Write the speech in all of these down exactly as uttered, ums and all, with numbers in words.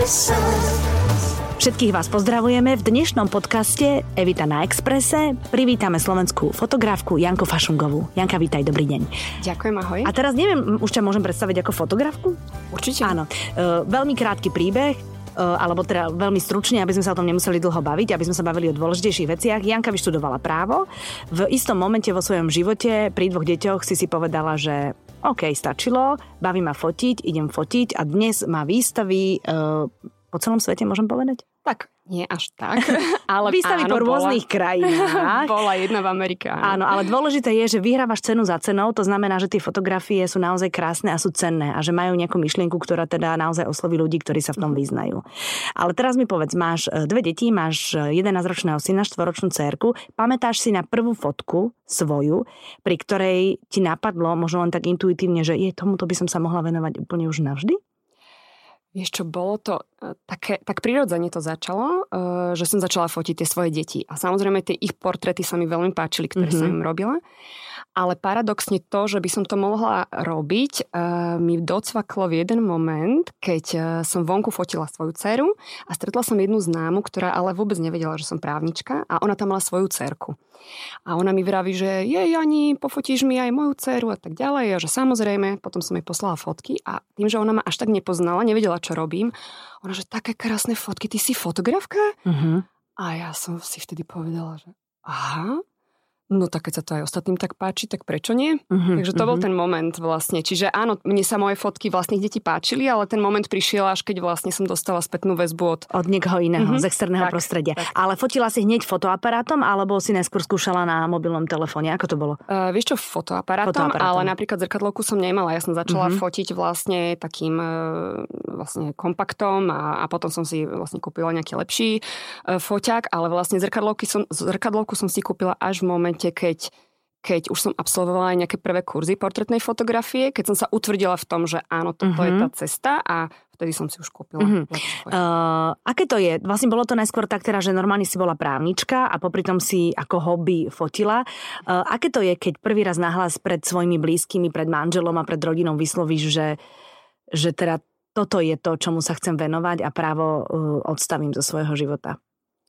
Všetkých vás pozdravujeme. V dnešnom podcaste Evita na Expresse privítame slovenskú fotografku Janku Fašungovú. Janka, vítaj, dobrý deň. Ďakujem, ahoj. A teraz neviem, už ťa môžem predstaviť ako fotografku? Určite. Áno. E, veľmi krátky príbeh, e, alebo teda veľmi stručne, aby sme sa o tom nemuseli dlho baviť, aby sme sa bavili o dôležitejších veciach. Janka vyštudovala právo. V istom momente vo svojom živote pri dvoch deťoch si si povedala, že OK, stačilo, baví ma fotiť, idem fotiť a dnes má výstavy e, po celom svete, môžem povedať? Tak, nie až tak. Ale výstavy áno, po rôznych bola, krajinách. Bola jedna v Amerike. Áno. áno, ale dôležité je, že vyhrávaš cenu za cenou, to znamená, že tie fotografie sú naozaj krásne a sú cenné a že majú nejakú myšlienku, ktorá teda naozaj osloví ľudí, ktorí sa v tom vyznajú. Ale teraz mi povedz, máš dve deti, máš jedenásťročného syna, štvoročnú dcérku, pamätáš si na prvú fotku svoju, pri ktorej ti napadlo, možno len tak intuitívne, že je, tomuto by som sa mohla venovať úplne už navždy? Vieš čo, bolo to také, tak prirodzene to začalo, že som začala fotiť tie svoje deti. A samozrejme tie ich portréty sa mi veľmi páčili, ktoré mm-hmm. som im robila. Ale paradoxne to, že by som to mohla robiť, mi docvaklo v jeden moment, keď som vonku fotila svoju dceru a stretla som jednu známu, ktorá ale vôbec nevedela, že som právnička a ona tam mala svoju dcerku. A ona mi vraví, že jej, Jani, pofotíš mi aj moju dceru a tak ďalej. A že samozrejme, potom som jej poslala fotky a tým, že ona ma až tak nepoznala, nevedela, čo robím, ona, že také krásne fotky, ty si fotografka? Uh-huh. A ja som si vtedy povedala, že aha, no tak keď sa to aj ostatným tak páči, tak prečo nie? Uh-huh, Takže to uh-huh. bol ten moment vlastne. Čiže áno, mne sa moje fotky vlastných detí páčili, ale ten moment prišiel až keď vlastne som dostala spätnú väzbu od... Od niekoho iného, uh-huh. z externého tak, prostredia. Tak. Ale fotila si hneď fotoaparátom, alebo si najskôr skúšala na mobilnom telefóne? Ako to bolo? Uh, vieš čo, fotoaparátom, fotoaparátom, ale napríklad zrkadlovku som nemala. Ja som začala uh-huh. fotiť vlastne takým uh, vlastne kompaktom a, a potom som si vlastne kúpila nejaký lepší uh, foťák, ale vlastne zrkadlovky som, zrkadlovku som si kúpila až v momente, keď, keď už som absolvovala aj nejaké prvé kurzy portrétnej fotografie, keď som sa utvrdila v tom, že áno, toto uh-huh. je tá cesta a vtedy som si už kúpila. Uh-huh. Uh, aké to je? Vlastne bolo to najskôr tak teda, že normálne si bola právnička a popri tom si ako hobby fotila. Uh, aké to je, keď prvý raz nahlas pred svojimi blízkymi, pred manželom a pred rodinou vyslovíš, že, že teda toto je to, čomu sa chcem venovať a právo uh, odstavím zo svojho života?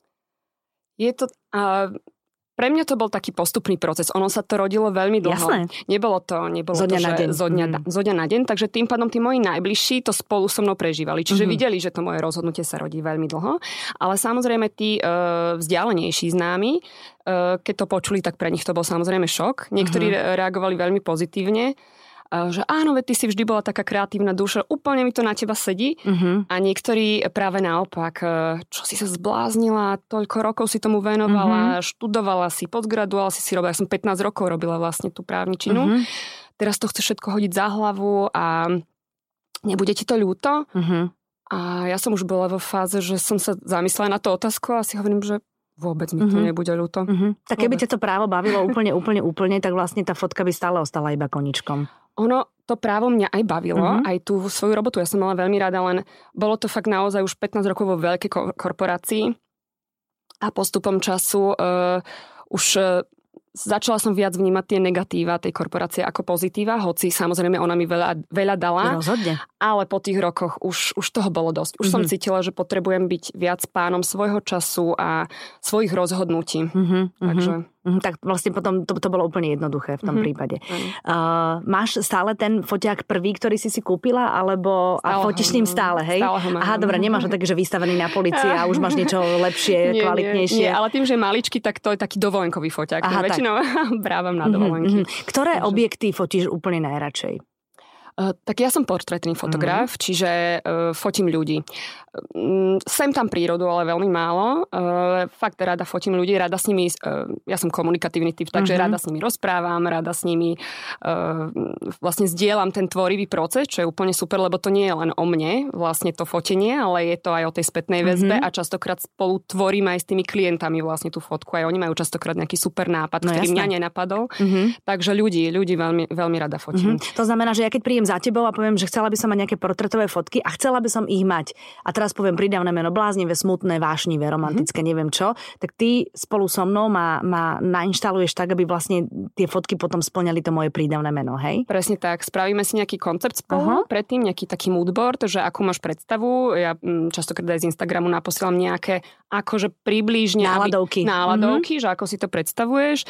Je to... Uh... Pre mňa to bol taký postupný proces. Ono sa to rodilo veľmi dlho. Jasné. Nebolo to, nebolo zo dňa to, na deň. Zo dňa, mm. zo dňa na deň. Takže tým pádom tí moji najbližší to spolu so mnou prežívali. Čiže mm-hmm. videli, že to moje rozhodnutie sa rodí veľmi dlho. Ale samozrejme tí uh, vzdialenejší známi, uh, keď to počuli, tak pre nich to bol samozrejme šok. Niektorí mm-hmm. reagovali veľmi pozitívne. Že áno, veď ty si vždy bola taká kreatívna duša, úplne mi to na teba sedí. Uh-huh. A niektorí práve naopak, čo si sa zbláznila, toľko rokov si tomu venovala, uh-huh. študovala si, postgraduovala si si robila, ja som pätnásť rokov robila vlastne tú právničinu. Uh-huh. Teraz to chce všetko hodiť za hlavu a nebude ti to ľúto? Uh-huh. A ja som už bola vo fáze, že som sa zamyslela na tú otázku a si hovorím, že vôbec mi to uh-huh. nebude ľúto. Uh-huh. Tak keby ťa to právo bavilo úplne, úplne, úplne, tak vlastne tá fotka by stále ostala iba koničkom. Ono, to právo mňa aj bavilo, uh-huh. aj tú svoju robotu. Ja som mala veľmi rada, len bolo to fakt naozaj už pätnásť rokov vo veľkej ko- korporácii a postupom času uh, už uh, začala som viac vnímať tie negatíva tej korporácie ako pozitíva, hoci samozrejme ona mi veľa, veľa dala. Rozhodne. Ale po tých rokoch už, už toho bolo dosť. Už mm-hmm. som cítila, že potrebujem byť viac pánom svojho času a svojich rozhodnutí. Mm-hmm. Takže... Mm-hmm. Tak vlastne potom to, to bolo úplne jednoduché v tom mm-hmm. prípade. Uh, máš stále ten foťák prvý, ktorý si si kúpila, alebo stále a fotíš ním stále, hej? Stále ho mám. Aha, dobré, nemáš ho tak, že vystavený na policii a už máš niečo lepšie, nie, kvalitnejšie. Nie, nie, ale tým, že je maličký, tak to je taký dovolenkový foťák. Aha, väčšinou brávam na dovolenky. Mm-hmm. Ktoré Takže... objekty fotíš úplne najradšej? Uh, tak ja som portrétny fotograf, mm-hmm. čiže uh, fotím ľudí. Uh, sem tam prírodu, ale veľmi málo. Uh, fakt rada fotím ľudí, rada s nimi, uh, ja som komunikatívny typ, takže mm-hmm. rada s nimi rozprávam, rada s nimi uh, vlastne zdieľam ten tvorivý proces, čo je úplne super, lebo to nie je len o mne, vlastne to fotenie, ale je to aj o tej spätnej väzbe mm-hmm. a častokrát spolu tvorím aj s tými klientami vlastne tú fotku. Aj oni majú častokrát nejaký super nápad, no, ktorý jasné. mňa nenapadol. Mm-hmm. Takže ľudí, ľudí veľmi, veľmi rada fotím. Mm-hmm. To znamená, že ja keď príjem prídem za tebou a poviem, že chcela by som mať nejaké portrétové fotky a chcela by som ich mať. A teraz poviem prídavné meno bláznivé, smutné, vášnivé, romantické, mm-hmm. neviem čo, tak ty spolu so mnou ma, ma nainštaluješ tak, aby vlastne tie fotky potom spĺňali to moje prídavné meno, hej? Presne tak. Spravíme si nejaký koncept spolu, uh-huh. predtým nejaký taký moodboard, že akú máš predstavu. Ja častokrát aj z Instagramu naposielam nejaké akože približne náladovky, aby, náladovky mm-hmm. že ako si to predstavuješ.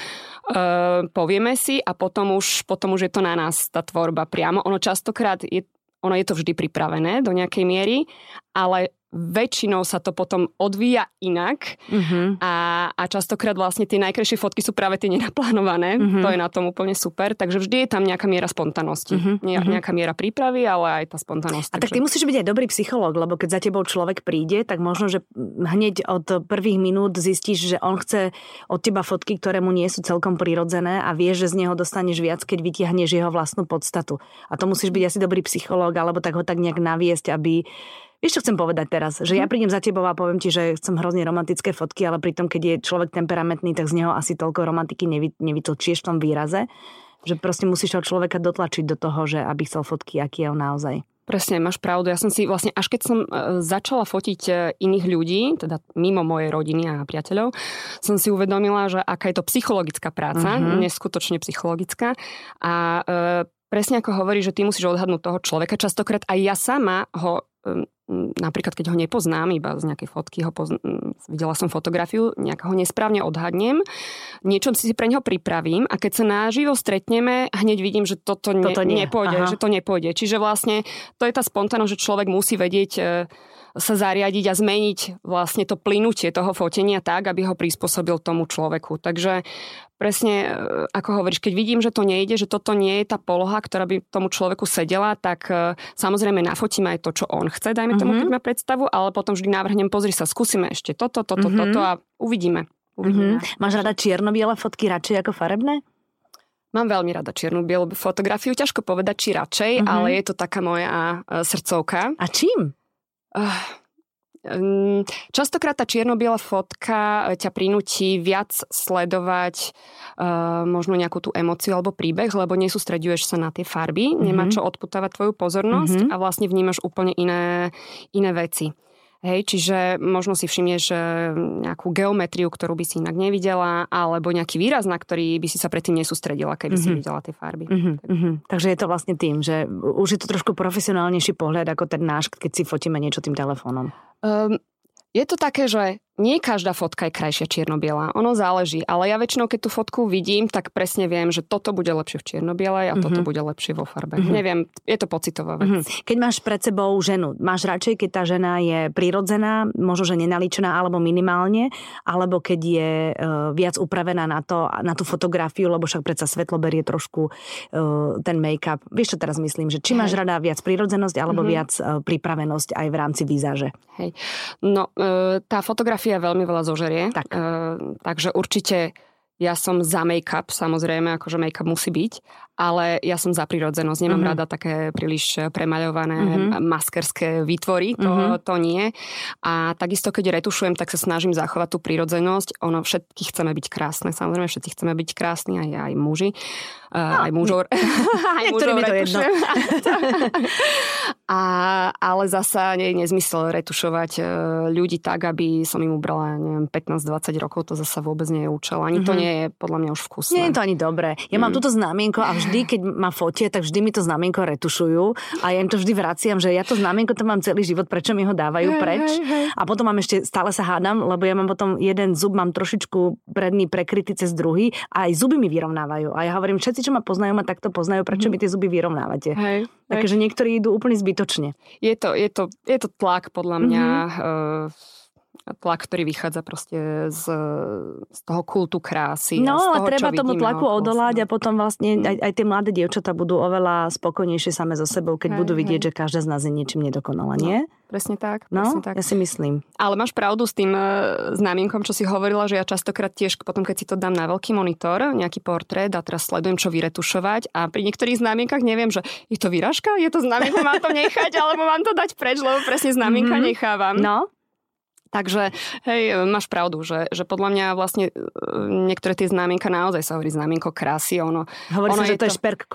Uh, povieme si a potom už, potom už je to na nás tá tvorba priamo. Ono častokrát je, ono je to vždy pripravené do nejakej miery, ale väčšinou sa to potom odvíja inak uh-huh. a, a častokrát vlastne tie najkrajšie fotky sú práve tie nenaplánované. Uh-huh. To je na tom úplne super. Takže vždy je tam nejaká miera spontannosti. Uh-huh. Nie, nejaká miera prípravy, ale aj tá spontannosť. A tak ty musíš byť aj dobrý psychológ, lebo keď za tebou človek príde, tak možno, že hneď od prvých minút zistíš, že on chce od teba fotky, ktoré mu nie sú celkom prirodzené a vieš, že z neho dostaneš viac, keď vytiahneš jeho vlastnú podstatu. A to musíš byť asi dobrý psychológ, alebo tak ho tak nejak naviesť, aby... Vieš, čo chcem povedať teraz? Že ja prídem za tebou a poviem ti, že chcem hrozne romantické fotky, ale pritom, keď je človek temperamentný, tak z neho asi toľko romantiky nevy, nevytlčieš v tom výraze. Že proste musíš toho človeka dotlačiť do toho, že aby chcel fotky, aký je on naozaj. Presne, máš pravdu. Ja som si vlastne, až keď som začala fotiť iných ľudí, teda mimo mojej rodiny a priateľov, som si uvedomila, že aká je to psychologická práca, uh-huh. neskutočne psychologická. A e, presne ako hovorí, že ty musíš odhadnúť toho človeka. Častokrát aj ja sama ho... E, napríklad, keď ho nepoznám, iba z nejakej fotky, ho pozn- videla som fotografiu, nejak ho nesprávne odhadnem, niečo si pre neho pripravím a keď sa naživo stretneme, hneď vidím, že toto, ne- toto nie. nepôjde, Aha. že to nepôjde. Čiže vlastne to je tá spontánnosť, že človek musí vedieť e, sa zariadiť a zmeniť vlastne to plynutie toho fotenia tak, aby ho prispôsobil tomu človeku. Takže presne, ako hovoríš, keď vidím, že to nejde, že toto nie je tá poloha, ktorá by tomu človeku sedela, tak samozrejme nafotím aj to, čo on chce, dajme tomu, mm-hmm. keď má predstavu, ale potom vždy navrhnem, pozri sa, skúsime ešte toto, toto, mm-hmm. toto a uvidíme. uvidíme. Mm-hmm. Máš rada čierno-biele fotky radšej ako farebné? Mám veľmi rada čiernu-bielu fotografiu, ťažko povedať, či radšej, mm-hmm. ale je to taká moja srdcovka. A čím? Častokrát tá čierno-biela fotka ťa prinúti viac sledovať uh, možno nejakú tú emóciu alebo príbeh, lebo nesústreďuješ sa na tie farby, mm-hmm. nemá čo odputávať tvoju pozornosť mm-hmm. a vlastne vnímaš úplne iné, iné veci. Hej, čiže možno si všimneš nejakú geometriu, ktorú by si inak nevidela, alebo nejaký výraz, na ktorý by si sa predtým nesústredila, keby mm-hmm. si videla tie farby. Mm-hmm. Tak. Takže je to vlastne tým, že už je to trošku profesionálnejší pohľad ako ten náš, keď si fotíme niečo tým telefónom. Um, je to také, že nie každá fotka je krajšia čierno-biela. Ono záleží, ale ja väčšinou, keď tú fotku vidím, tak presne viem, že toto bude lepšie v čierno-bielej a mm-hmm. toto bude lepšie vo farbe. Mm-hmm. Neviem, je to pocitová vec. Mm-hmm. Keď máš pred sebou ženu, máš radšej, keď tá žena je prirodzená, možno, že nenalíčená alebo minimálne, alebo keď je uh, viac upravená na to, na tú fotografiu, lebo však predsa svetlo berie trošku uh, ten make-up. Vieš, čo teraz myslím? Že či máš rada viac prirodzenosť alebo mm-hmm. viac uh, pripravenosť aj v rámci výzaže? Hej. No, uh, tá fotografia veľmi veľa zožerie. Tak. E, takže určite ja som za make-up, samozrejme, akože make-up musí byť, ale ja som za prirodzenosť. Nemám mm-hmm. rada také príliš premaľované mm-hmm. maskerské výtvory, to, mm-hmm. to nie. A takisto, keď retušujem, tak sa snažím zachovať tú prirodzenosť. Ono, všetky chceme byť krásne, samozrejme, všetci chceme byť krásni, aj, aj muži. Uh, no, aj mužov. aj mužov mi to jedno. A, ale zasa nie je nezmysel retušovať ľudí tak, aby som im ubrala, neviem, pätnásť dvadsať rokov, to zasa vôbec nie je účel. Ani mm-hmm. to nie je podľa mňa už vkusné. Nie je to ani dobré. Ja mm. mám túto znamienko a vždy, keď ma fotia, tak vždy mi to znamienko retušujú a ja im to vždy vraciam, že ja to znamienko to mám celý život, prečo mi ho dávajú preč. Hej, hej. A potom mám ešte, stále sa hádam, lebo ja mám potom jeden zub, mám trošičku predný prekrytý cez druhý a aj zuby mi vyrovnávajú. A ja hovorím, všetci, čo ma poznajú, ma takto poznajú, prečo mm. mi tie zuby vyrovnávate. Hej, Takže hej. niektorí idú úplne zbytočne. Je to, je to, je to tlak, podľa mňa, mm-hmm. uh, tlak, ktorý vychádza proste z, z toho kultu krásy. No, a z toho, a treba tomu tlaku odolať a potom vlastne aj, aj tie mladé dievčatá budú oveľa spokojnejšie same so sebou, keď hej, budú vidieť, hej. že každá z nás je niečím nedokonala, nie? No, presne tak. No, presne tak. Ja si myslím. Ale máš pravdu s tým uh, známienkom, čo si hovorila, že ja častokrát tiež potom, keď si to dám na veľký monitor, nejaký portrét a teraz sledujem, čo vyretušovať a pri niektorých známienkach neviem, že je to výražka, je to známienko, mám to nechať, alebo mám to dať preč, lebo presne známienka mm-hmm. nechávam. No. Takže, hej, máš pravdu, že, že podľa mňa vlastne niektoré tie známienka naozaj sa hovorí známienko krásy. Ono, hovorí ono sa, že to je šperk kože.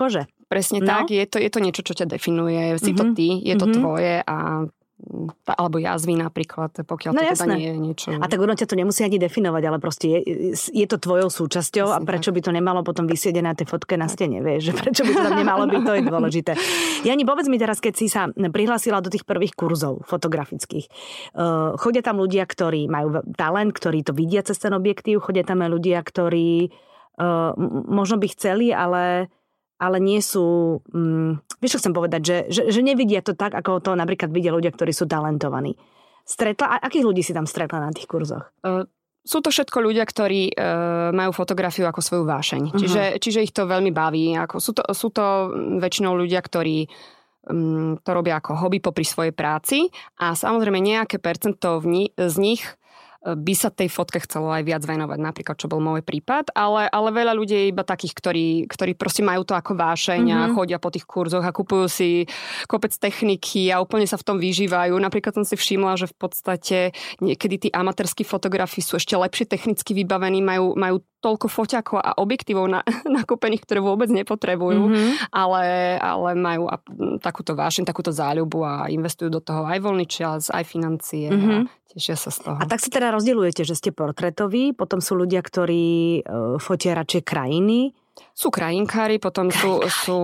presne no. tak. Je to, je to niečo, čo ťa definuje. Si mm-hmm. to ty, je to mm-hmm. tvoje a alebo jazvy napríklad, pokiaľ no, to jasné. teda nie je niečo... A tak ono ťa to nemusí ani definovať, ale proste je, je to tvojou súčasťou jasne, a prečo tak. by to nemalo potom vysieť na tej fotke na stene, vieš, že prečo by to tam nemalo byť, to je dôležité. Jani, povedz mi teraz, keď si sa prihlásila do tých prvých kurzov fotografických, uh, chodia tam ľudia, ktorí majú talent, ktorí to vidia cez ten objektív, chodia tam aj ľudia, ktorí uh, možno by chceli, ale ale nie sú, um, vieš, čo chcem povedať, že, že, že nevidia to tak, ako to napríklad vidia ľudia, ktorí sú talentovaní. Stretla, akých ľudí si tam stretla na tých kurzoch? Uh, sú to všetko ľudia, ktorí uh, majú fotografiu ako svoju vášeň. Uh-huh. Čiže, čiže ich to veľmi baví. Ako, sú, to, sú to väčšinou ľudia, ktorí um, to robia ako hobby popri svojej práci a samozrejme nejaké percento ni- z nich by sa tej fotke chcelo aj viac venovať, napríklad, čo bol môj prípad, ale, ale veľa ľudí je iba takých, ktorí, ktorí proste majú to ako vášeň mm-hmm. a chodia po tých kurzoch a kupujú si kopec techniky a úplne sa v tom vyžívajú. Napríklad som si všimla, že v podstate niekedy tí amatérski fotografi sú ešte lepšie technicky vybavení, majú, majú toľko foťakov a objektívov na, nakúpených, ktoré vôbec nepotrebujú, mm-hmm. ale, ale majú takúto vášeň, takúto záľubu a investujú do toho aj voľný čas, aj financie mm-hmm. a tešia sa z toho. A tak sa teda rozdeľujete, že ste portrétoví, potom sú ľudia, ktorí uh, fotia radšej krajiny. Sú krajinkári, potom sú... sú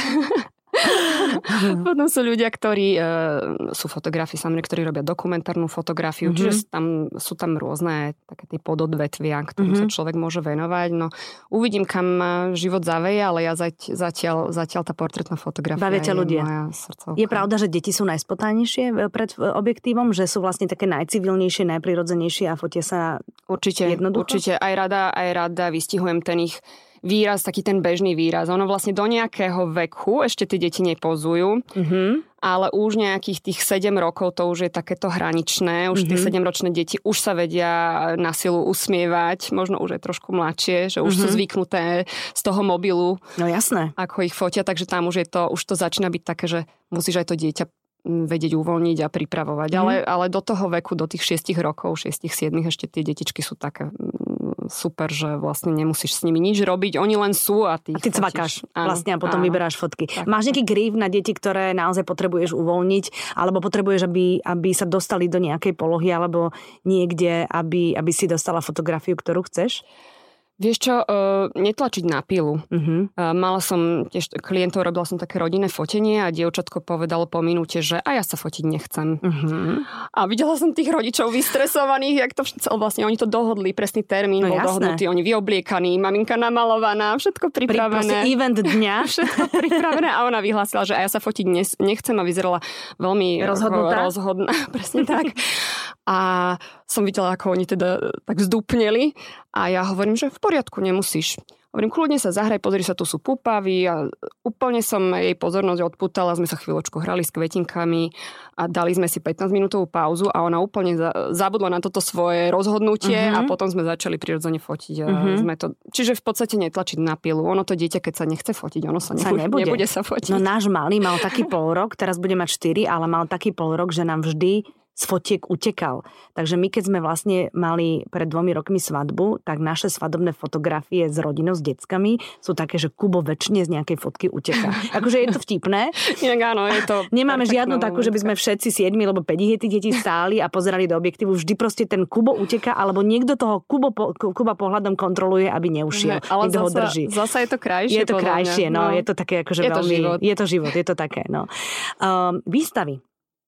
Potom sú ľudia, ktorí e, sú fotografi, samozrejme, ktorí robia dokumentárnu fotografiu, mm-hmm. čiže tam, sú tam rôzne také tie pododvetvia, ktorým mm-hmm. sa človek môže venovať. No, uvidím, kam život zaveje, ale ja zať, zatiaľ, zatiaľ tá portrétna fotografia Bavia je ľudia. moja srdcovka. Je pravda, že deti sú najspontánejšie pred objektívom, že sú vlastne také najcivilnejšie, najprirodzenejšie a fotia sa určite, jednoducho? Určite, aj rada, aj rada vystihujem ten ich výraz, taký ten bežný výraz. Ono vlastne do nejakého veku ešte tie deti nepozujú, mm-hmm. ale už nejakých tých sedem rokov to už je takéto hraničné. Už mm-hmm. tie sedemročné deti už sa vedia na silu usmievať, možno už je trošku mladšie, že už mm-hmm. sú zvyknuté z toho mobilu. No jasné. Ako ich fotia, takže tam už je to, už to začína byť také, že musíš aj to dieťa vedieť uvoľniť a pripravovať. Mm. Ale, ale do toho veku, do tých šiestich rokov, šiestich, siedmich ešte tie detičky sú také super, že vlastne nemusíš s nimi nič robiť. Oni len sú a ty... A ty cvakáš vlastne a potom áno. vyberáš fotky. Tak. Máš nejaký grív na deti, ktoré naozaj potrebuješ uvoľniť, alebo potrebuješ, aby, aby sa dostali do nejakej polohy, alebo niekde, aby, aby si dostala fotografiu, ktorú chceš? Vieš čo, uh, netlačiť na pilu. Uh-huh. Uh, mala som tiež klientov, robila som také rodinné fotenie a dievčatko povedalo po minúte, že a ja sa fotiť nechcem. Uh-huh. A videla som tých rodičov vystresovaných, jak to všetko, vlastne oni to dohodli, presný termín no, bol jasné. dohodnutý, oni vyobliekaní, maminka namalovaná, všetko pripravené. Pri, event dňa. Všetko pripravené a ona vyhlásila, že a ja sa fotiť nechcem a vyzerala veľmi rozhodnutá. rozhodná. Presne tak. A som videla, ako oni teda tak zdúpneli a ja hovorím, že v poriadku, nemusíš. Hovorím, kľudne sa zahraj, pozri sa, tu sú púpavy a úplne som jej pozornosť odpútala, sme sa chvíľočku hrali s kvetinkami a dali sme si pätnásťminútovú pauzu a ona úplne zabudla na toto svoje rozhodnutie uh-huh. a potom sme začali prirodzene fotiť. Uh-huh. Sme to, čiže v podstate netlačiť na pilu. Ono to dieťa, keď sa nechce fotiť, ono sa, sa nebude, nebude sa fotiť. No náš malý mal taký polrok, teraz bude mať štyri, ale mal taký polrok, že nám vždy z fotiek utekal. Takže my, keď sme vlastne mali pred dvomi rokmi svadbu, tak naše svadobné fotografie s rodinou, s deckami sú také, že Kubo väčšine z nejakej fotky uteká. Akože je to vtipné. Inak áno, je to... Nemáme žiadnu takú, že by sme všetci siedmi, lebo päť ich tí deti stáli a pozerali do objektívu. Vždy proste ten Kubo uteká, alebo niekto toho Kubo, Kuba pohľadom kontroluje, aby neušiel. Ne, ale niekto zasa, ho drží. Zasa je to krajšie. Je to krajšie, no. no. Je to také akože je veľmi... To život. Je to život, je to také, no. Um, výstavy.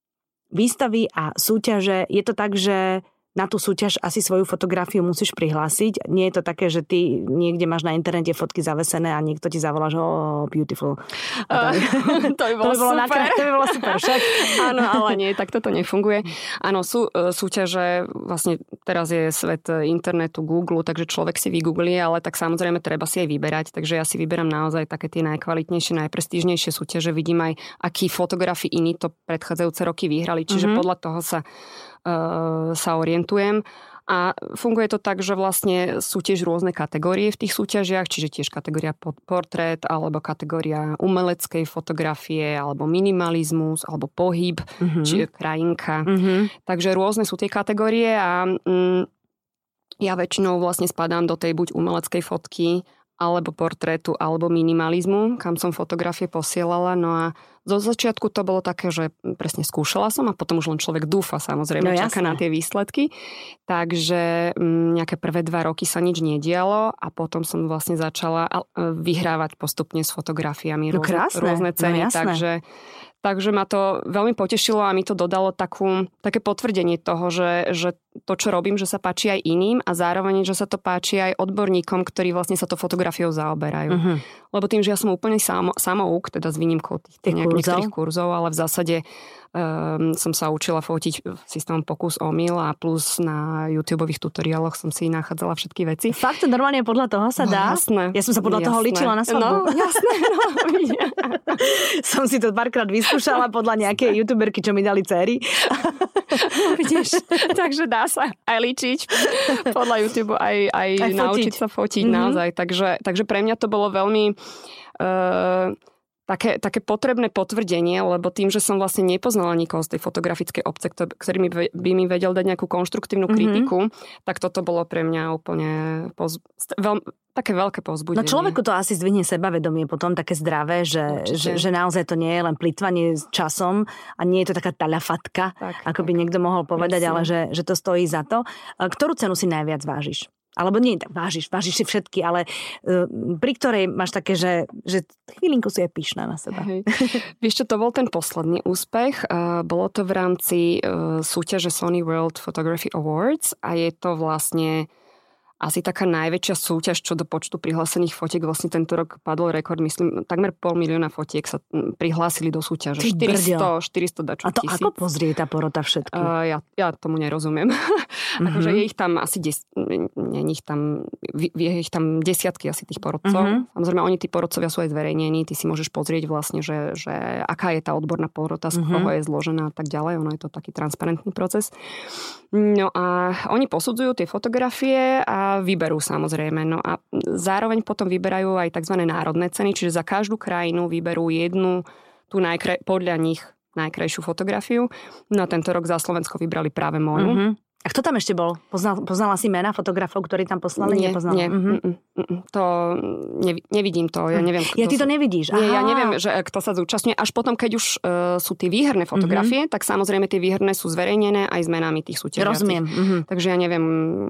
Výstavy a súťaže, je to tak, že na tú súťaž asi svoju fotografiu musíš prihlásiť. Nie je to také, že ty niekde máš na internete fotky zavesené a niekto ti zavolá, že oh, beautiful. Uh, to by bolo, to by bolo super. Nakra- to by bolo super však. Áno, ale nie, tak toto nefunguje. Áno, sú súťaže, vlastne teraz je svet internetu, Google, takže človek si vygooglí, ale tak samozrejme treba si aj vyberať. Takže ja si vyberám naozaj také tie najkvalitnejšie, najprestížnejšie súťaže. Vidím aj, akí fotografi iní to predchádzajúce roky vyhrali. Čiže mm-hmm. podľa toho sa sa orientujem a funguje to tak, že vlastne sú tiež rôzne kategórie v tých súťažiach, čiže tiež kategória portrét alebo kategória umeleckej fotografie alebo minimalizmus alebo pohyb, mm-hmm. čiže krajinka. Mm-hmm. Takže rôzne sú tie kategórie a mm, ja väčšinou vlastne spadám do tej buď umeleckej fotky alebo portrétu, alebo minimalizmu, kam som fotografie posielala. No a zo začiatku to bolo také, že presne skúšala som a potom už len človek dúfa, samozrejme, no, čaká na tie výsledky. Takže nejaké prvé dva roky sa nič nedialo a potom som vlastne začala vyhrávať postupne s fotografiami no, rôzne, rôzne ceny. No, takže Takže ma to veľmi potešilo a mi to dodalo takú, také potvrdenie toho, že, že to, čo robím, že sa páči aj iným a zároveň, že sa to páči aj odborníkom, ktorí vlastne sa to fotografiou zaoberajú. Uh-huh. Lebo tým, že ja som úplne samo, samouk, teda s výnimkou tých, tých nejak, niektorých kurzov, ale v zásade um, som sa učila fotiť systémom pokus omyl a plus na YouTubeových tutoriáloch som si nachádzala všetky veci. Fakt, normálne podľa toho sa dá? No, jasné. Ja som sa podľa jasné. toho líčila na svadbu. No, jasné. No, som si to párkrát vyskúšala podľa nejakej youtuberky, čo mi dali dcery. Vidíš, takže dá sa aj líčiť podľa YouTube, aj, aj, aj naučiť sa fotiť mm-hmm. naozaj. Takže, takže pre mňa to bolo veľmi uh, také, také potrebné potvrdenie, lebo tým, že som vlastne nepoznala nikoho z tej fotografickej obce, ktorý mi, by mi vedel dať nejakú konštruktívnu kritiku, mm-hmm. tak toto bolo pre mňa úplne poz... veľ... také veľké povzbudenie. No človeku to asi zdvihne sebavedomie potom také zdravé, že, že, že naozaj to nie je len plytvanie s časom a nie je to taká talafatka, tak, ako tak. by niekto mohol povedať, Jasne. ale že, že to stojí za to. Ktorú cenu si najviac vážiš? Alebo nie, vážiš, vážiš si všetky, ale uh, pri ktorej máš také, že, že chvílinku si je pyšná na seba. Hej. Vieš čo, to bol ten posledný úspech. Uh, bolo to v rámci uh, súťaže Sony World Photography Awards a je to vlastne asi taká najväčšia súťaž, čo do počtu prihlásených fotiek. Vlastne tento rok padol rekord, myslím, takmer pol milióna fotiek sa prihlásili do súťaže. štyristo, štyristo dačo tisíc. A to tisíc. Ako pozrie tá porota všetky? Uh, ja, ja tomu nerozumiem. Mm-hmm. akože je ich tam asi des, nie, ich tam, je ich tam desiatky asi tých porodcov. Mm-hmm. Samozrejme, oni tí porodcovia sú aj zverejnení. Ty si môžeš pozrieť vlastne, že, že aká je tá odborná porota, z mm-hmm. koho je zložená a tak ďalej. Ono je to taký transparentný proces. No a oni posudzujú tie fotografie a vyberú samozrejme. No a zároveň potom vyberajú aj tzv. Národné ceny, čiže za každú krajinu vyberú jednu, tú najkra- podľa nich najkrajšiu fotografiu. No a tento rok za Slovensko vybrali práve moju. Mm-hmm. A kto tam ešte bol? Poznal, poznala si mená fotografov, ktorí tam poslali? Nie, Nepoznala? nie. Mm-hmm. To nevi, nevidím to. Ja neviem, ja ty to nevidíš? Nie, ja neviem, že kto sa zúčastňuje. Až potom, keď už uh, sú tie výherné fotografie, mm-hmm. tak samozrejme tie výherné sú zverejnené aj s menami tých súťažiacich. Rozumiem. Mm-hmm. Takže ja neviem,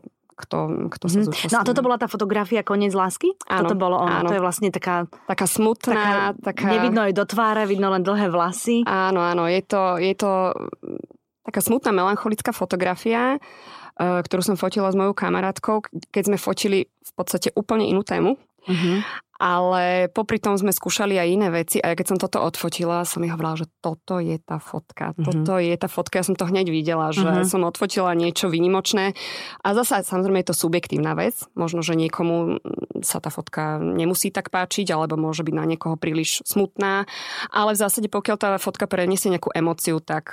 kto, kto sa zúčastňuje. No a toto bola tá fotografia Koniec lásky? Áno, toto bolo ono. Áno. To je vlastne taká... Taká smutná. Taká, taká... Nevidno aj do tváre, vidno len dlhé vlasy. Áno, áno. Je to, je to taká smutná melancholická fotografia, ktorú som fotila s mojou kamarátkou, keď sme fotili v podstate úplne inú tému. Uh-huh. Ale popri tom sme skúšali aj iné veci a keď som toto odfotila, som mi hovorila, že toto je tá fotka. Uh-huh. Toto je tá fotka. Ja som to hneď videla, že uh-huh. som odfotila niečo výnimočné. A zasa, samozrejme, je to subjektívna vec. Možno, že niekomu sa tá fotka nemusí tak páčiť, alebo môže byť na niekoho príliš smutná. Ale v zásade, pokiaľ tá fotka preniesie nejakú emóciu, tak,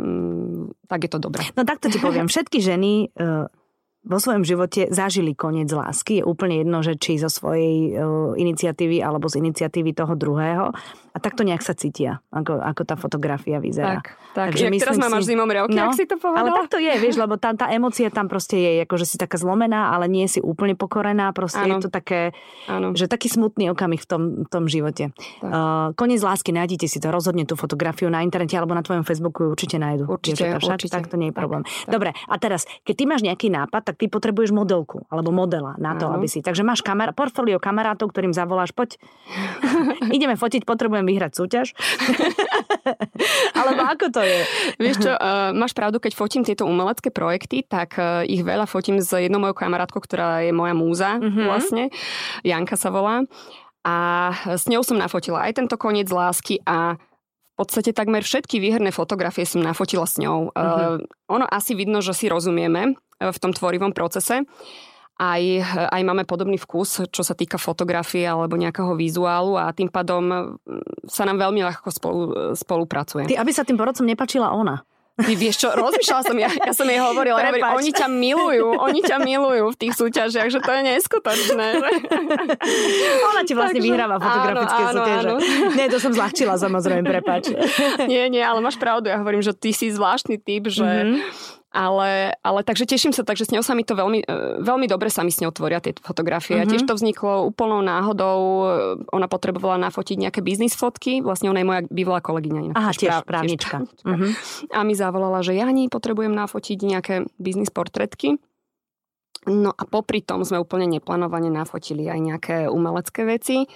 tak je to dobré. No takto ti poviem. Všetky ženy... Uh... vo svojom živote zažili koniec lásky. Je úplne jedno, že či zo svojej uh, iniciatívy alebo z iniciatívy toho druhého. A takto nejak sa cítia, ako, ako tá fotografia vyzerá. Tak, tak. Takže jak teraz máš si... zimom riavky, no, ak si to povedala. Ale tak to je, vieš, lebo tá, tá emócia tam proste je, akože si taká zlomená, ale nie si úplne pokorená. Proste ano. Je to také, ano. Že taký smutný okamih v tom, v tom živote. Uh, koniec lásky, nájdite si to, rozhodne tú fotografiu na internete alebo na tvojom Facebooku určite nájdu. Určite, určite. Tak to nie je problém. Tak, Dobre, a teraz, keď ty máš nejaký nápad, tak ty potrebuješ modelku alebo modela na to, ano. Aby si. Takže máš kamera, portfólio kamarátov, ktorým zavoláš, poď, ideme fotiť, potrebujem vyhrať súťaž. Alebo ako to je? Vieš čo, uh, máš pravdu, keď fotím tieto umelecké projekty, tak uh, ich veľa fotím s jednou mojou kamarátkou, ktorá je moja múza mm-hmm. vlastne. Janka sa volá. A s ňou som nafotila aj tento koniec lásky a v podstate takmer všetky výherné fotografie som nafotila s ňou. Mm-hmm. Uh, ono asi vidno, že si rozumieme v tom tvorivom procese. Aj, aj máme podobný vkus, čo sa týka fotografie alebo nejakého vizuálu a tým pádom sa nám veľmi ľahko spolu, spolupracuje. Ty, aby sa tým porodcom nepáčila ona. Ty vieš čo, rozmýšľala som, ja, ja som jej hovorila, ja hovorím, oni ťa milujú, oni ťa milujú v tých súťažiach, že to je neskutočné. Že... Ona ti vlastne Takže, vyhráva fotografické áno, súťaže. Áno. Nie, to som zľahčila, samozrejme, prepáč. Nie, nie, ale máš pravdu, ja hovorím, že ty si zvláštny typ, že mm-hmm. Ale, ale takže teším sa, takže s ňou sa mi to veľmi, veľmi dobre sa mi s ňou tvoria tie fotografie. Mm-hmm. A tiež to vzniklo úplnou náhodou. Ona potrebovala nafotiť nejaké biznis fotky. Vlastne ona je moja bývalá kolegyňa. Aha, tiež právnička. Mm-hmm. A mi zavolala, že Jani, potrebujem nafotiť nejaké biznis portrétky. No a popri tom sme úplne neplánovane nafotili aj nejaké umelecké veci.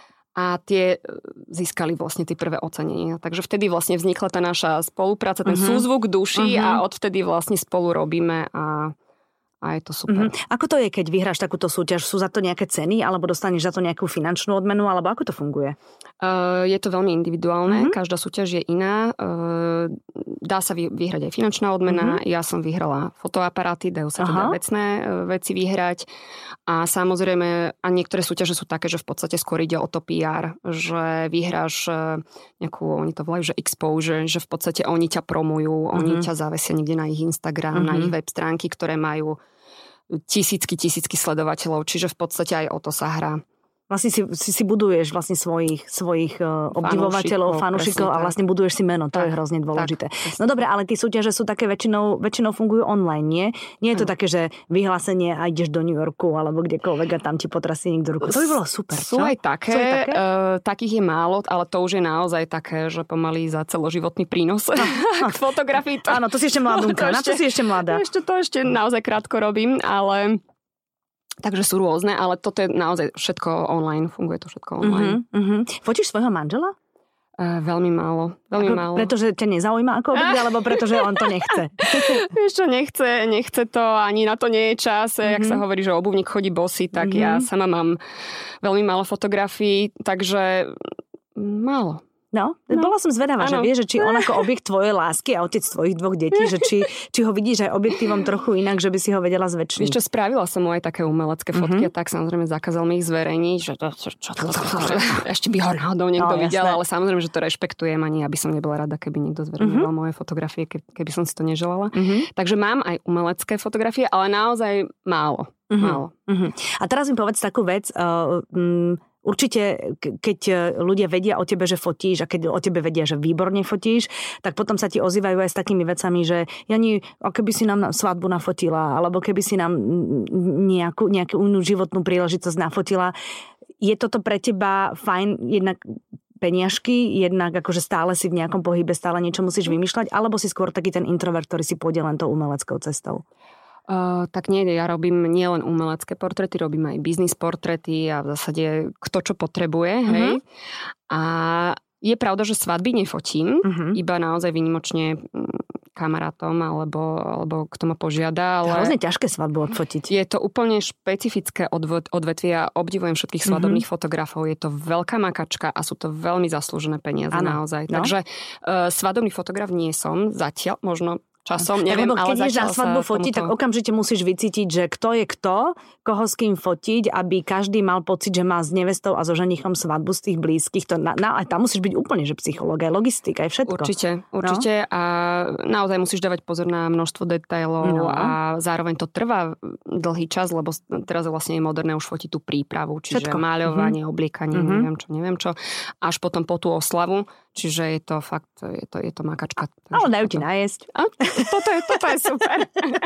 A tie získali vlastne tie prvé ocenenia. Takže vtedy vlastne vznikla tá naša spolupráca, ten uh-huh. súzvuk duší uh-huh. a odvtedy vlastne spolu robíme a, a je to super. Uh-huh. Ako to je, keď vyhráš takúto súťaž? Sú za to nejaké ceny alebo dostaneš za to nejakú finančnú odmenu alebo ako to funguje? Uh, je to veľmi individuálne. Uh-huh. Každá súťaž je iná. Uh, dá sa vy, vyhrať aj finančná odmena. Uh-huh. Ja som vyhrala fotoaparáty, dajú sa teda uh-huh. vecné uh, veci vyhrať. A samozrejme, a niektoré súťaže sú také, že v podstate skôr ide o to pé er, že vyhráš nejakú, oni to volajú, že exposure, že v podstate oni ťa promujú, uh-huh. oni ťa zavesia niekde na ich Instagram, uh-huh. na ich web stránky, ktoré majú tisícky, tisícky sledovateľov, čiže v podstate aj o to sa hrá. Vlastne si, si, si buduješ vlastne svojich, svojich uh, obdivovateľov, fanúšikov a vlastne buduješ si meno. To tak, je hrozne dôležité. Tak, no dobre, ale tie súťaže sú také väčšinou, väčšinou fungujú online, nie? Nie je to ano. Také, že vyhlásenie a ideš do New Yorku alebo kdekoľvek a tam ti potrasí niekto ruku. To by bolo super. Sú čo? aj také. Sú aj také? Uh, takých je málo, ale to už je naozaj také, že pomaly za celoživotný prínos no, no. k fotografii. To... Áno, to si ešte mladúnka. Na to si ešte mladá. Ešte to ešte naozaj krátko robím, ale... Takže sú rôzne, ale toto je naozaj všetko online, funguje to všetko online. Uh-huh, uh-huh. Fotíš svojho manžela? Uh, veľmi málo, veľmi ako, málo. Pretože ťa nezaujíma ako obydlie, alebo pretože on to nechce? Vieš čo, nechce, nechce to, ani na to nie je čas. Uh-huh. Jak sa hovorí, že obuvník chodí bosý, tak uh-huh. ja sama mám veľmi málo fotografií, takže málo. No, no, bola som zvedavá, ano. Že vieš, že či on ako objekt tvojej lásky a otec tvojich dvoch detí, že či, či ho vidíš aj objektívom trochu inak, že by si ho vedela zväčšniť. Vieš čo, spravila som mu aj také umelecké fotky uh-huh. a tak samozrejme zakázal mi ich zverejniť, že to, čo, čo to, to, to, to, ešte by ho náhodou niekto no, videl, jasné. Ale samozrejme, že to rešpektujem, ani aby som nebola rada, keby niekto zverejňoval uh-huh. moje fotografie, keby som si to neželala. Uh-huh. Takže mám aj umelecké fotografie, ale naozaj málo. Uh-huh. málo. Uh-huh. A teraz mi povedz takú vec, uh, um, určite, keď ľudia vedia o tebe, že fotíš a keď o tebe vedia, že výborne fotíš, tak potom sa ti ozývajú aj s takými vecami, že Jani, keby si nám svadbu nafotila, alebo keby si nám nejakú, nejakú inú životnú príležitosť nafotila. Je toto pre teba fajn jednak peniažky, jednak akože stále si v nejakom pohybe, stále niečo musíš vymýšľať, alebo si skôr taký ten introvert, ktorý si pôjde len tou umeleckou cestou? Uh, tak nie, ja robím nielen umelecké portréty, robím aj biznis portréty a v zásade kto čo potrebuje, uh-huh. hej. A je pravda, že svadby nefotím, uh-huh. iba naozaj výnimočne kamarátom alebo, alebo kto ma požiada. Ale hrozne ťažké svadbu odfotiť. Je to úplne špecifické odvetvie a obdivujem všetkých svadobných uh-huh. fotografov. Je to veľká makačka a sú to veľmi zaslúžené peniaze ano. Naozaj. No. Takže uh, svadobný fotograf nie som zatiaľ, možno časom, neviem, lebo keď ale ideš na svadbu fotiť, tomuto... tak okamžite musíš vycítiť, že kto je kto, koho s kým fotiť, aby každý mal pocit, že má s nevestou a so ženichom svadbu z tých blízkych. To na, na, aj tam musíš byť úplne, že psychológ, aj logistika, aj všetko. Určite, určite. No? A naozaj musíš dávať pozor na množstvo detailov no. a zároveň to trvá dlhý čas, lebo teraz vlastne je moderné už fotiť tú prípravu, čiže všetko. Maľovanie, mm-hmm. obliekanie, mm-hmm. neviem čo, neviem čo, až potom po tú oslavu. Čiže je to fakt, je to, je to makačka. Ale dajú ti najesť. A, toto, je, toto je super.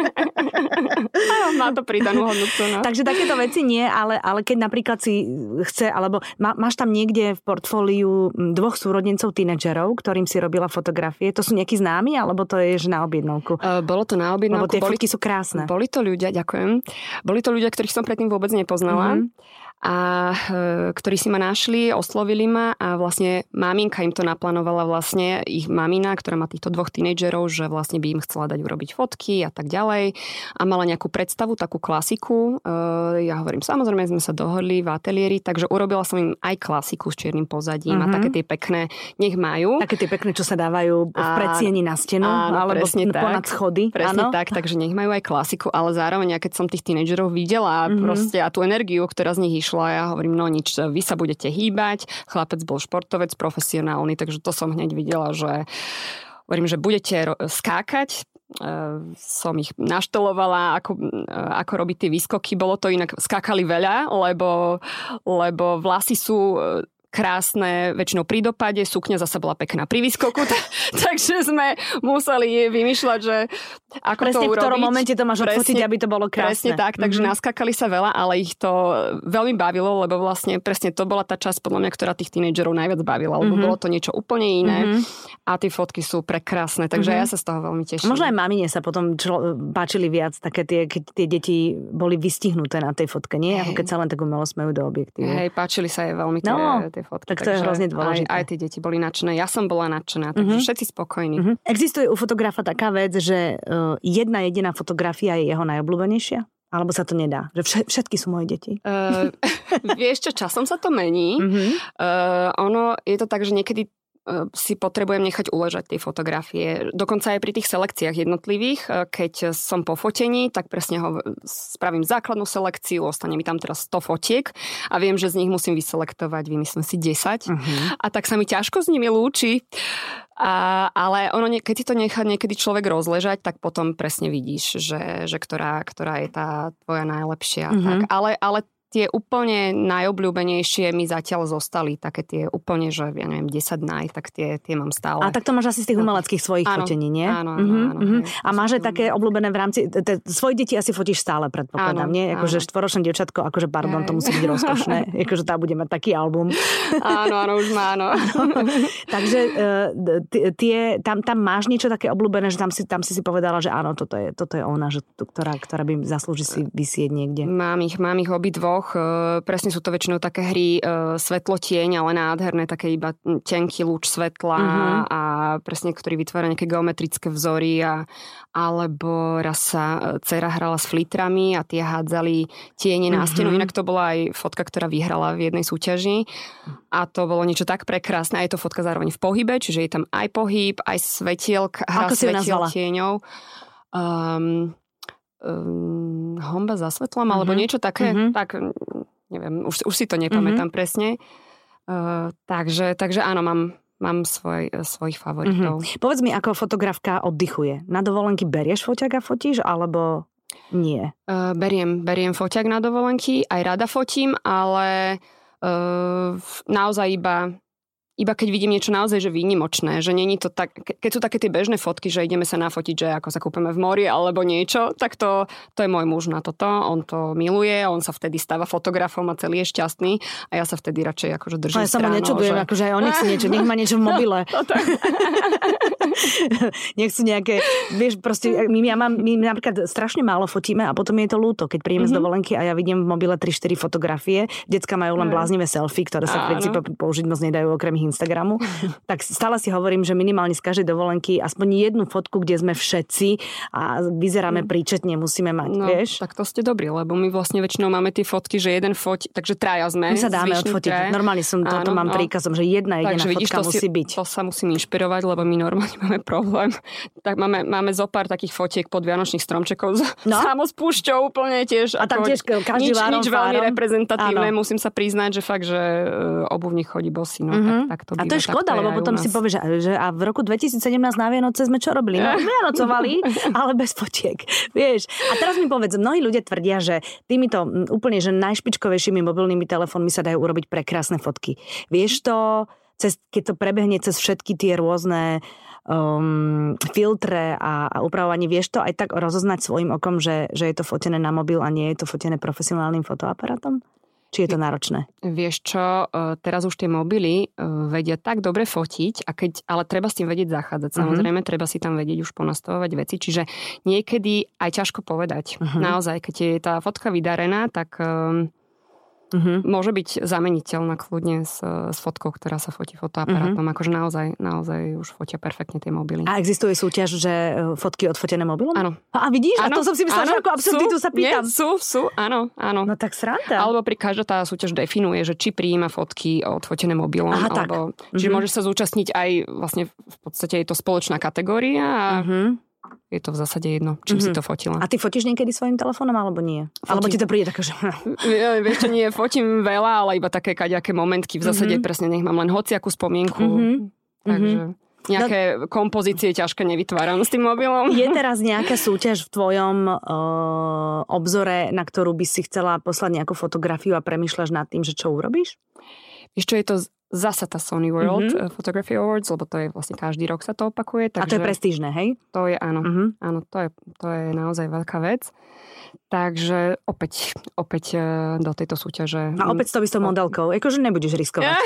Má to pridanú hodnotu. No. Takže takéto veci nie, ale, ale keď napríklad si chce, alebo má, máš tam niekde v portfóliu dvoch súrodencov tínedžerov, ktorým si robila fotografie, to sú nejakí známi, alebo to je na objednávku? Uh, bolo to na objednávku. Lebo tie boli, fotky sú krásne. Boli to ľudia, ďakujem. Boli to ľudia, ktorých som predtým vôbec nepoznala. Mm-hmm. A e, ktorí si ma našli, oslovili ma a vlastne maminka im to naplánovala vlastne, ich mamina, ktorá má týchto dvoch tínedžerov, že vlastne by im chcela dať urobiť fotky a tak ďalej a mala nejakú predstavu, takú klasiku. E, ja hovorím, samozrejme sme sa dohodli v ateliéri, takže urobila som im aj klasiku s čiernym pozadím mm-hmm. a také tie pekné, nech majú. Také tie pekné, čo sa dávajú v predsieni na stenu áno, alebo ponad schody. Presne áno. tak, takže nech majú aj klasiku, ale zároveň, ja keď som tých tínedžerov videla mm-hmm. proste a tú energiu, ktorá z nich išla, a ja hovorím, no nič, vy sa budete hýbať, chlapec bol športovec, profesionálny, takže to som hneď videla, že hovorím, že budete skákať, som ich naštelovala, ako, ako robiť tie výskoky, bolo to inak, skákali veľa, lebo, lebo vlasy sú krásne, väčšinou pri dopade, sukňa zasa bola pekná pri výskoku, t- takže sme museli vymýšľať, že ako presne to urobiť. v ktorom momente to máš odfotiť, aby to bolo krásne. Presne tak, takže mm-hmm. naskakali sa veľa, ale ich to veľmi bavilo, lebo vlastne presne to bola tá časť, podľa mňa, ktorá tých tínedžerov najviac bavila, lebo mm-hmm. bolo to niečo úplne iné mm-hmm. a tie fotky sú prekrásne, takže mm-hmm. ja sa z toho veľmi teším. Možno aj mamine sa potom člo, páčili viac také tie, keď tie deti boli vystihnuté na tej fotke, nie? Ako keď sa len tak umelo smejú do objektívu. Hej, páčili sa jej veľmi tie, no, tie fotky. Tak to je hrozne dôležité. Aj, aj tie deti boli nadšené, ja som bola nadšená, takže mm-hmm. všetci spokojní. Mm-hmm. Existuje u fotografa taká vec, že uh, jedna jediná fotografia je jeho najobľúbenejšia? Alebo sa to nedá? Že všetky sú moje deti? Uh, vieš čo, časom sa to mení. Mm-hmm. Uh, ono, je to tak, že niekedy uh, si potrebujem nechať uležať tie fotografie. Dokonca aj pri tých selekciách jednotlivých, keď som po fotení, tak presne ho spravím základnú selekciu, ostane mi tam teraz sto fotiek a viem, že z nich musím vyselektovať, vymyslím si desať. Mm-hmm. A tak sa mi ťažko s nimi lúči. A, ale ono, keď si to nechá niekedy človek rozležať, tak potom presne vidíš, že, že ktorá, ktorá je tá tvoja najlepšia. Mm-hmm. Tak, ale, ale tie úplne najobľúbenejšie mi zatiaľ zostali. Také tie úplne, že ja neviem, desať naj, tak tie, tie mám stále. A tak to máš asi z tých umeleckých svojich áno, fotení, nie? Áno, áno, mm-hmm, áno. Mm-hmm. Hej, a máš aj také obľúbené v rámci... Te, svoje deti asi fotíš stále, predpokladám, áno, nie? Akože štvoročné dievčatko, akože pardon, hej. To musí byť rozkošné. Akože tá bude mať taký album. Áno, áno, už má, áno. Takže tie, tam, tam máš niečo také obľúbené, že tam si, tam si si povedala, že áno, toto je, toto je ona, že, ktorá, ktorá by zaslúži si vysieť niekde. Mám ich, mám ich obidvoch. Presne sú to väčšinou také hry e, svetlo-tieň, ale nádherné, také iba tenký lúč svetla uh-huh. a presne, ktorý vytvára nejaké geometrické vzory a, alebo raz sa dcera hrala s flitrami a tie hádzali tiene uh-huh. na stenu. Inak to bola aj fotka, ktorá vyhrala v jednej súťaži a to bolo niečo tak prekrásne. A je to fotka zároveň v pohybe, čiže je tam aj pohyb, aj svetielka, hra svetiel tieňou. Um, um, homba za svetlom, uh-huh. alebo niečo také, uh-huh. tak... Neviem, už, už si to nepamätám mm-hmm. presne. Uh, takže, takže áno, mám, mám svoj, svojich favoritov. Mm-hmm. Povedz mi, ako fotografka oddychuje. Na dovolenky berieš foťák a fotíš, alebo nie? Uh, beriem, beriem foťák na dovolenky, aj rada fotím, ale uh, naozaj iba... Iba keď vidím niečo naozaj, že výnimočné, že není to tak, keď sú také tie bežné fotky, že ideme sa nafotiť, že ako sa kúpeme v mori alebo niečo, tak to, to je môj muž na toto, on to miluje, on sa vtedy stáva fotografom a celý je šťastný a ja sa vtedy radšej akože držím stranu. Ja sama nečudujem, že... akože aj on nech si niečo, nech má niečo v mobile. Nech sú nejaké, vieš, proste, my, ja mám, my napríklad strašne málo fotíme a potom je to ľúto, keď príjeme mm-hmm. z dovolenky a ja vidím v mobile tri štyri fotografie, decka majú len bláznivé selfie, ktoré sa v princípe použiť moc nedajú okrem Instagramu, tak stále si hovorím, že minimálne z každej dovolenky aspoň jednu fotku, kde sme všetci a vyzeráme mm. príčetne, musíme mať, no, vieš? Tak to ste dobrí, lebo my vlastne väčšinou máme tie fotky, že jeden foť, takže traja sme. My sa dáme odfotiť. Traja. Normálne som toto mám no. príkazom, že jedna jediná takže, fotka vidíš, musí si, byť. To sa musím inšpirovať, lebo my normálne máme problém. Tak máme, máme zo pár takých fotiek pod vianočných stromčekov no? samospúšťou úplne tiež. A tam tiež každý nič, várom nič veľmi reprezentatívne, áno. Musím sa priznať, že fakt, že obuvník chodí bosý. No, mm-hmm. tak, tak to býva, a to je škoda, lebo potom si povieš, že a v roku dvetisícsedemnásť na Vianoce sme čo robili? No, vianocovali, ale bez fotiek. Vieš. A teraz mi povedz, mnohí ľudia tvrdia, že týmito úplne že najšpičkovejšími mobilnými telefónmi sa dajú urobiť prekrásne fotky. Vieš to, cez, keď to prebehne cez všetky tie rôzne um, filtre a, a upravovanie, vieš to aj tak rozoznať svojim okom, že, že je to fotené na mobil a nie je to fotené profesionálnym fotoaparátom? Či je to náročné? Vieš čo, teraz už tie mobily vedia tak dobre fotiť, a keď, ale treba s tým vedieť zachádzať. Samozrejme, uh-huh. treba si tam vedieť už ponastavovať veci. Čiže niekedy aj ťažko povedať. Uh-huh. Naozaj, keď je tá fotka vydarená, tak um, uh-huh. môže byť zameniteľná kľudne s, s fotkou, ktorá sa fotí fotoaparátom. Uh-huh. Akože naozaj, naozaj už fotia perfektne tie mobily. A existuje súťaž, že fotky odfotené mobilom? Áno. A vidíš? Áno, a to som si myslela, že ako absurditu sa pýtam. Nie, sú, sú, áno, áno. No tak sranda. Alebo pri každá tá súťaž definuje, že či prijíma fotky odfotené mobilom. Aha, alebo, tak. Čiže uh-huh. môžeš sa zúčastniť aj vlastne v podstate je to spoločná kategória a uh-huh. je to v zásade jedno, čím mm-hmm. si to fotila. A ty fotíš niekedy svojím telefónom, alebo nie? Fotím. Alebo ti to príde také, že... Ja, vieš čo, nie, fotím veľa, ale iba také kaďaké momentky. V zásade mm-hmm. presne nech mám len hociakú spomienku. Mm-hmm. Takže nejaké no, kompozície ťažké nevytváram s tým mobilom. Je teraz nejaká súťaž v tvojom uh, obzore, na ktorú by si chcela poslať nejakú fotografiu a premýšľaš nad tým, že čo urobíš? Ešte je to zasa tá Sony World mm-hmm. Photography Awards, lebo to je vlastne každý rok sa to opakuje. Takže a to je prestížne, hej? To je, áno. Mm-hmm. Áno, to je, to je naozaj veľká vec. Takže opäť, opäť do tejto súťaže. A opäť s tou istou modelkou. Akože nebudeš riskovať.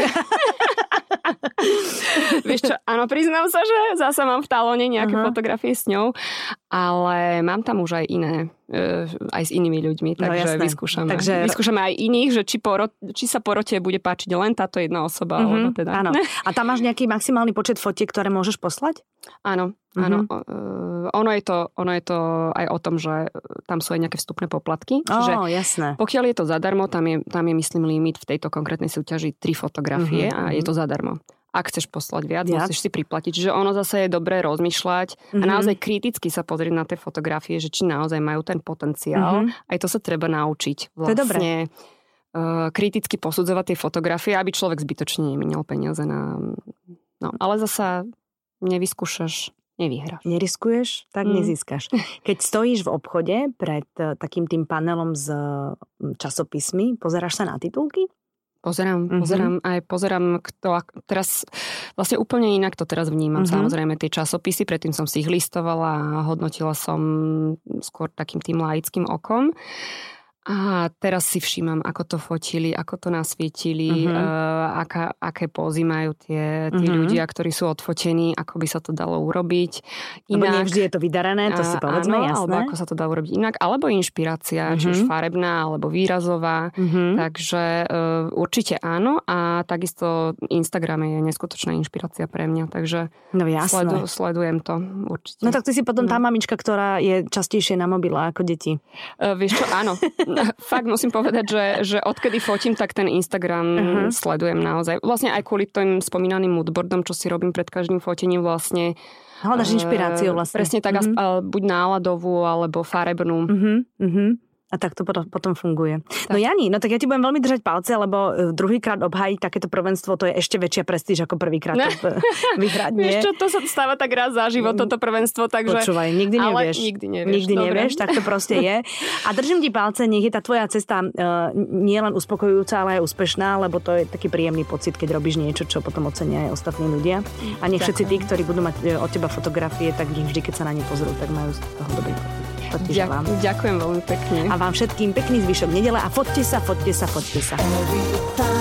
Vieš čo, áno, priznám sa, že zasa mám v talóne nejaké uh-huh. fotografie s ňou, ale mám tam už aj iné, aj s inými ľuďmi, takže no, vyskúšame. Takže... vyskúšame aj iných, že či, poro, či sa porote bude páčiť len táto jedna osoba. Uh-huh. Alebo teda. Áno. A tam máš nejaký maximálny počet fotiek, ktoré môžeš poslať? Áno, áno. Uh-huh. Ono je to, ono je to aj o tom, že tam sú aj nejaké vstupné poplatky. Čiže oh, jasné. Pokiaľ je to zadarmo, tam je, tam je myslím limit v tejto konkrétnej súťaži tri fotografie uh-huh. a je to zadarmo. Ak chceš poslať viac, viac, musíš si priplatiť. Čiže ono zase je dobré rozmýšľať mm-hmm. a naozaj kriticky sa pozrieť na tie fotografie, že či naozaj majú ten potenciál. Mm-hmm. Aj to sa treba naučiť. Vlastne, to je dobré. Uh, kriticky posudzovať tie fotografie, aby človek zbytočne neminul peniaze na... No, ale zasa nevyskúšaš, nevyhráš. Neriskuješ, tak mm. nezískaš. Keď stojíš v obchode pred uh, takým tým panelom s uh, časopismi, pozeráš sa na titulky? Pozerám, mm-hmm. pozerám aj pozerám, kto, teraz vlastne úplne inak to teraz vnímam, mm-hmm. samozrejme tie časopisy, predtým som si ich listovala a hodnotila som skôr takým tým laickým okom. A teraz si všímam, ako to fotili, ako to nasvietili, uh-huh. uh, aká, aké pózy majú tie, tí uh-huh. ľudia, ktorí sú odfotení, ako by sa to dalo urobiť inak. Lebo nie vždy je to vydarané, to si povedzme, áno, jasné. Alebo ako sa to dá urobiť inak, alebo inšpirácia, uh-huh. či už farebná, alebo výrazová. Uh-huh. Takže uh, určite áno a takisto Instagram je neskutočná inšpirácia pre mňa, takže no, jasné. Sledu, sledujem to určite. No tak ty si potom tá mamička, ktorá je častejšie na mobile ako deti. Uh, vieš čo, áno. Fakt musím povedať, že, že odkedy fotím, tak ten Instagram uh-huh. sledujem naozaj. Vlastne aj kvôli tým spomínaným moodboardom, čo si robím pred každým fotením vlastne. Hľadaš inšpiráciu vlastne. Presne tak, uh-huh. buď náladovú, alebo farebnú. Uh-huh. Uh-huh. A tak to potom funguje. Tak. No Jani, no tak ja ti budem veľmi držať palce, lebo druhýkrát obhájiť takéto prvenstvo, to je ešte väčšia prestíž ako prvýkrát no. vyhrať, nie? Vieš čo, to sa stáva tak raz za život, toto prvenstvo, takže... Počúvaj, nikdy nevieš. Ale nikdy nevieš. Nikdy Dobre. nevieš, tak to proste je. A držím ti palce, nech je tá tvoja cesta uh, nie len uspokojujúca, ale aj úspešná, lebo to je taký príjemný pocit, keď robíš niečo, čo potom ocenia aj ostatní ľudia. A nech všetci tí, ktorí budú mať od teba fotografie, tak nech vždy, keď sa na ne pozrú, tak majú z toho dobrý pocit. Ďakujem, ďakujem veľmi pekne. A vám všetkým pekný zvyšok nedele a foťte sa, foťte sa, foťte sa.